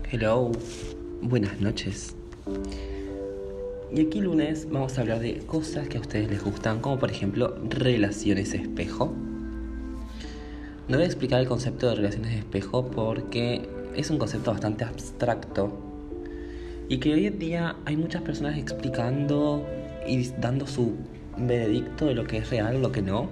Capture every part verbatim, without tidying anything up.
Hello, buenas noches. Y aquí lunes vamos a hablar de cosas que a ustedes les gustan, como por ejemplo relaciones espejo. No voy a explicar el concepto de relaciones espejo porque es un concepto bastante abstracto y que hoy en día hay muchas personas explicando y dando su veredicto de lo que es real o lo que no.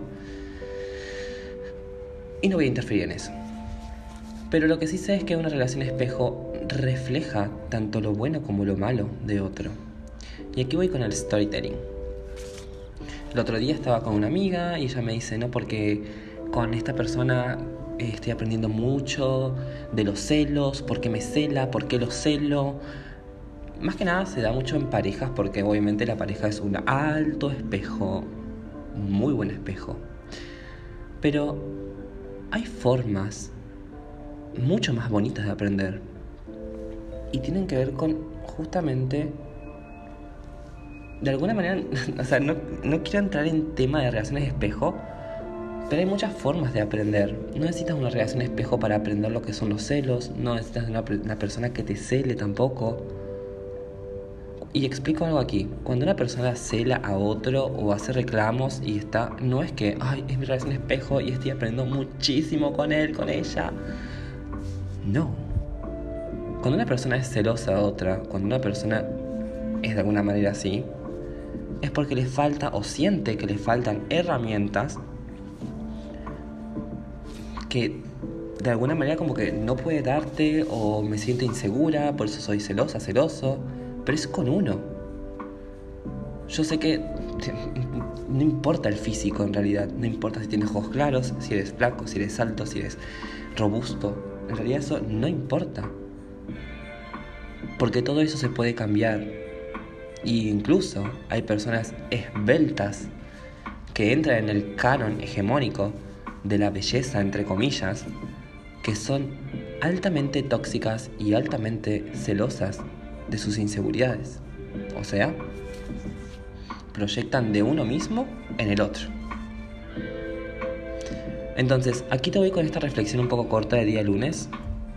Y no voy a interferir en eso. Pero lo que sí sé es que una relación espejo refleja tanto lo bueno como lo malo de otro. Y aquí voy con el storytelling. El otro día estaba con una amiga y ella me dice, no, porque con esta persona eh, estoy aprendiendo mucho de los celos, por qué me cela, por qué lo celo. Más que nada se da mucho en parejas porque obviamente la pareja es un alto espejo, muy buen espejo. Pero hay formas mucho más bonitas de aprender y tienen que ver con justamente de alguna manera, o sea, no, no quiero entrar en tema de relaciones espejo, pero hay muchas formas de aprender. No necesitas una relación espejo para aprender lo que son los celos, no necesitas una, una persona que te cele tampoco. Y explico algo aquí. Cuando una persona cela a otro o hace reclamos y está, no es que, ay, es mi relación espejo y estoy aprendiendo muchísimo con él, con ella. No. Cuando una persona es celosa a otra, cuando una persona es de alguna manera así, es porque le falta o siente que le faltan herramientas que de alguna manera como que no puede darte o me siento insegura, por eso soy celosa, celoso, pero es con uno. Yo sé que no importa el físico en realidad, no importa si tienes ojos claros, si eres flaco, si eres alto, si eres robusto, en realidad eso no importa, porque todo eso se puede cambiar. Y incluso hay personas esbeltas que entran en el canon hegemónico de la belleza, entre comillas, que son altamente tóxicas y altamente celosas de sus inseguridades. O sea, proyectan de uno mismo en el otro. Entonces, aquí te voy con esta reflexión un poco corta de día lunes.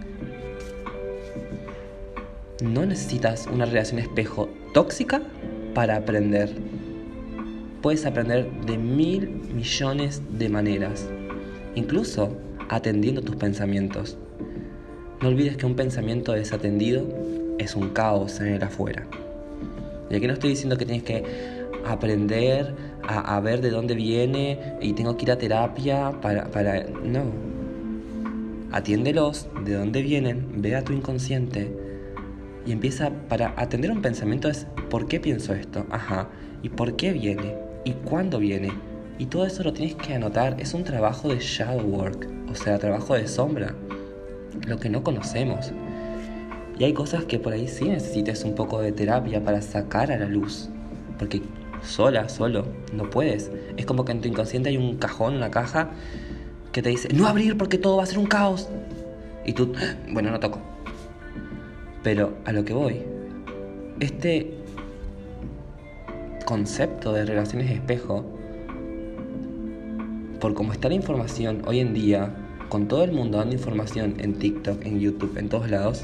No necesitas una relación espejo tóxica para aprender. Puedes aprender de mil millones de maneras, incluso atendiendo tus pensamientos. No olvides que un pensamiento desatendido es un caos en el afuera. Y aquí no estoy diciendo que tienes que aprender a, a ver de dónde viene y tengo que ir a terapia para, para... No. Atiéndelos de dónde vienen, ve a tu inconsciente y empieza. Para atender un pensamiento es ¿por qué pienso esto? Ajá. ¿Y por qué viene? ¿Y cuándo viene? Y todo eso lo tienes que anotar. Es un trabajo de shadow work, o sea, trabajo de sombra, lo que no conocemos. Y hay cosas que por ahí sí necesitas un poco de terapia para sacar a la luz, porque sola, solo, no puedes. Es como que en tu inconsciente hay un cajón, una caja que te dice no abrir porque todo va a ser un caos. Y tú, bueno, no toco. Pero a lo que voy, este concepto de relaciones espejo, por cómo está la información hoy en día, con todo el mundo dando información en TikTok, en YouTube, en todos lados,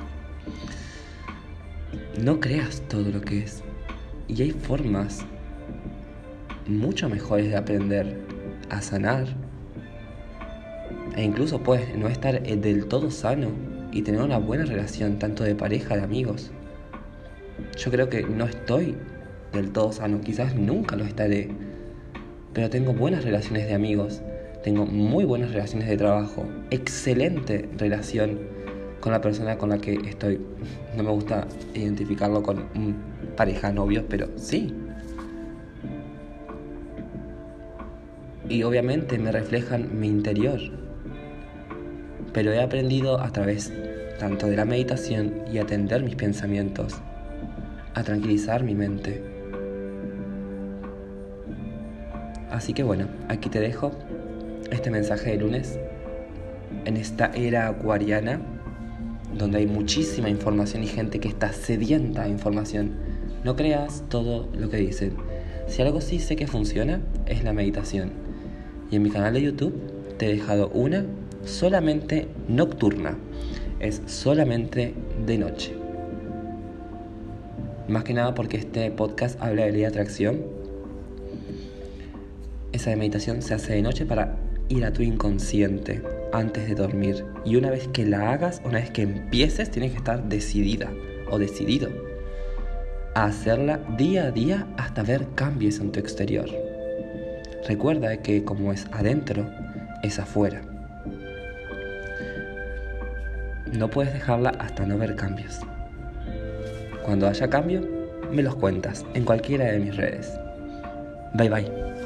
no creas todo lo que es. Y hay formas mucho mejores de aprender a sanar. E incluso puedes no estar del todo sano y tener una buena relación, tanto de pareja, de amigos. Yo creo que no estoy del todo sano, quizás nunca lo estaré, pero tengo buenas relaciones de amigos, tengo muy buenas relaciones de trabajo, excelente relación con la persona con la que estoy. No me gusta identificarlo con mm, pareja, novios, pero sí. Y obviamente me reflejan mi interior. Pero he aprendido a través tanto de la meditación y atender mis pensamientos, a tranquilizar mi mente. Así que bueno, aquí te dejo este mensaje de lunes en esta era acuariana, donde hay muchísima información y gente que está sedienta de información. No creas todo lo que dicen. Si algo sí sé que funciona, es la meditación. Y en mi canal de YouTube te he dejado una solamente nocturna, es solamente de noche. Más que nada porque este podcast habla de ley de atracción. Esa meditación se hace de noche para ir a tu inconsciente antes de dormir. Y una vez que la hagas, una vez que empieces, tienes que estar decidida o decidido a hacerla día a día hasta ver cambios en tu exterior. Recuerda que como es adentro, es afuera. No puedes dejarla hasta no ver cambios. Cuando haya cambio, me los cuentas en cualquiera de mis redes. Bye bye.